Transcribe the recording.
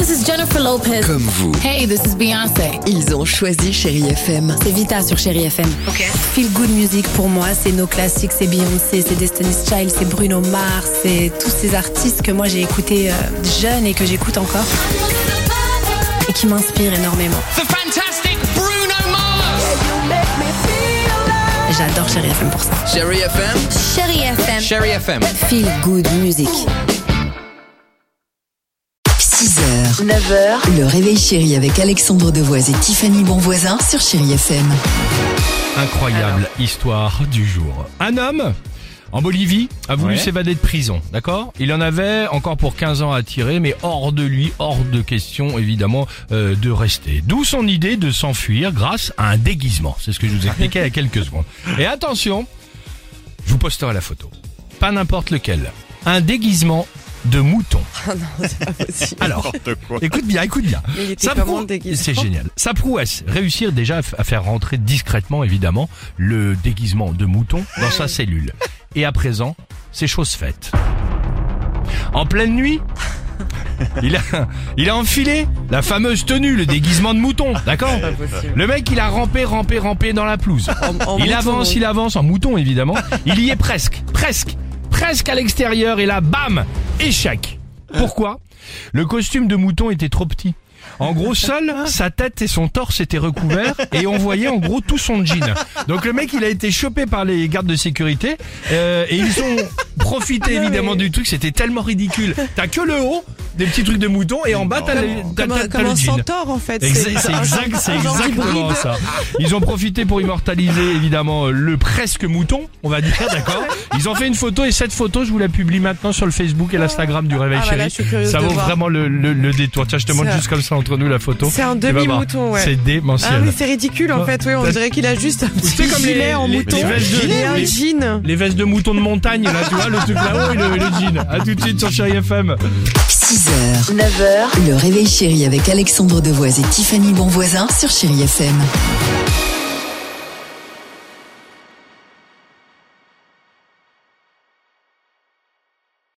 this is Jennifer Lopez. Comme vous. Hey, this is Beyoncé. Ils ont choisi Chérie FM. C'est Vita sur Chérie FM. Ok. Feel Good Music pour moi, c'est nos classiques, c'est Beyoncé, c'est Destiny's Child, c'est Bruno Mars, c'est tous ces artistes que moi j'ai écoutés jeune et que j'écoute encore et qui m'inspirent énormément. The fantastic Bruno Mars. J'adore Chérie FM pour ça. Chérie FM. Chérie FM. Chérie FM. Feel Good Music. 6h, 9h, le réveil chéri avec Alexandre Devoise et Tiffany Bonvoisin sur Chérie FM. Incroyable histoire du jour. Un homme en Bolivie a voulu s'évader de prison, d'accord ? Il en avait encore pour 15 ans à tirer, mais hors de lui, hors de question évidemment de rester. D'où son idée de s'enfuir grâce à un déguisement. C'est ce que je vous expliquais il y a quelques secondes. Et attention, je vous posterai la photo. Pas n'importe lequel. Un déguisement de mouton. Oh non, c'est pas possible. Alors, écoute bien. Mais il était comment, le déguisement ? C'est génial. Sa prouesse, réussir déjà à faire rentrer discrètement, évidemment, le déguisement de mouton dans sa cellule. Et à présent, c'est chose faite. En pleine nuit, il a enfilé la fameuse tenue, le déguisement de mouton, d'accord ? Le mec, il a rampé dans la pelouse. Il avance en mouton, évidemment. Il y est presque à l'extérieur, et là, bam, échec. Pourquoi ? Le costume de mouton était trop petit. En gros, seule sa tête et son torse étaient recouverts et on voyait en gros tout son jean. Donc le mec, il a été chopé par les gardes de sécurité et ils ont profité évidemment du truc. C'était tellement ridicule. T'as que le haut, des petits trucs de mouton, et en bas t'as le un jean. centaure en fait. C'est exactement ça. Ils ont profité pour immortaliser évidemment le presque mouton, on va dire, d'accord ? Ils ont fait une photo, et cette photo, je vous la publie maintenant sur le Facebook et l'Instagram du Réveil Chéri. Ça vaut vraiment le détour. Tiens, je te montre juste comme ça entre nous la photo. C'est un demi-mouton, ouais. C'est démentiel. Ah oui, c'est ridicule en fait, oui, on dirait qu'il a juste un petit gilet en mouton et un jean. Les vestes de mouton de montagne, là, tu vois, le truc là-haut et le jean. À tout de suite sur Chérie FM. 6h, 9h, le réveil chéri avec Alexandre Devoise et Tiffany Bonvoisin sur Chérie FM.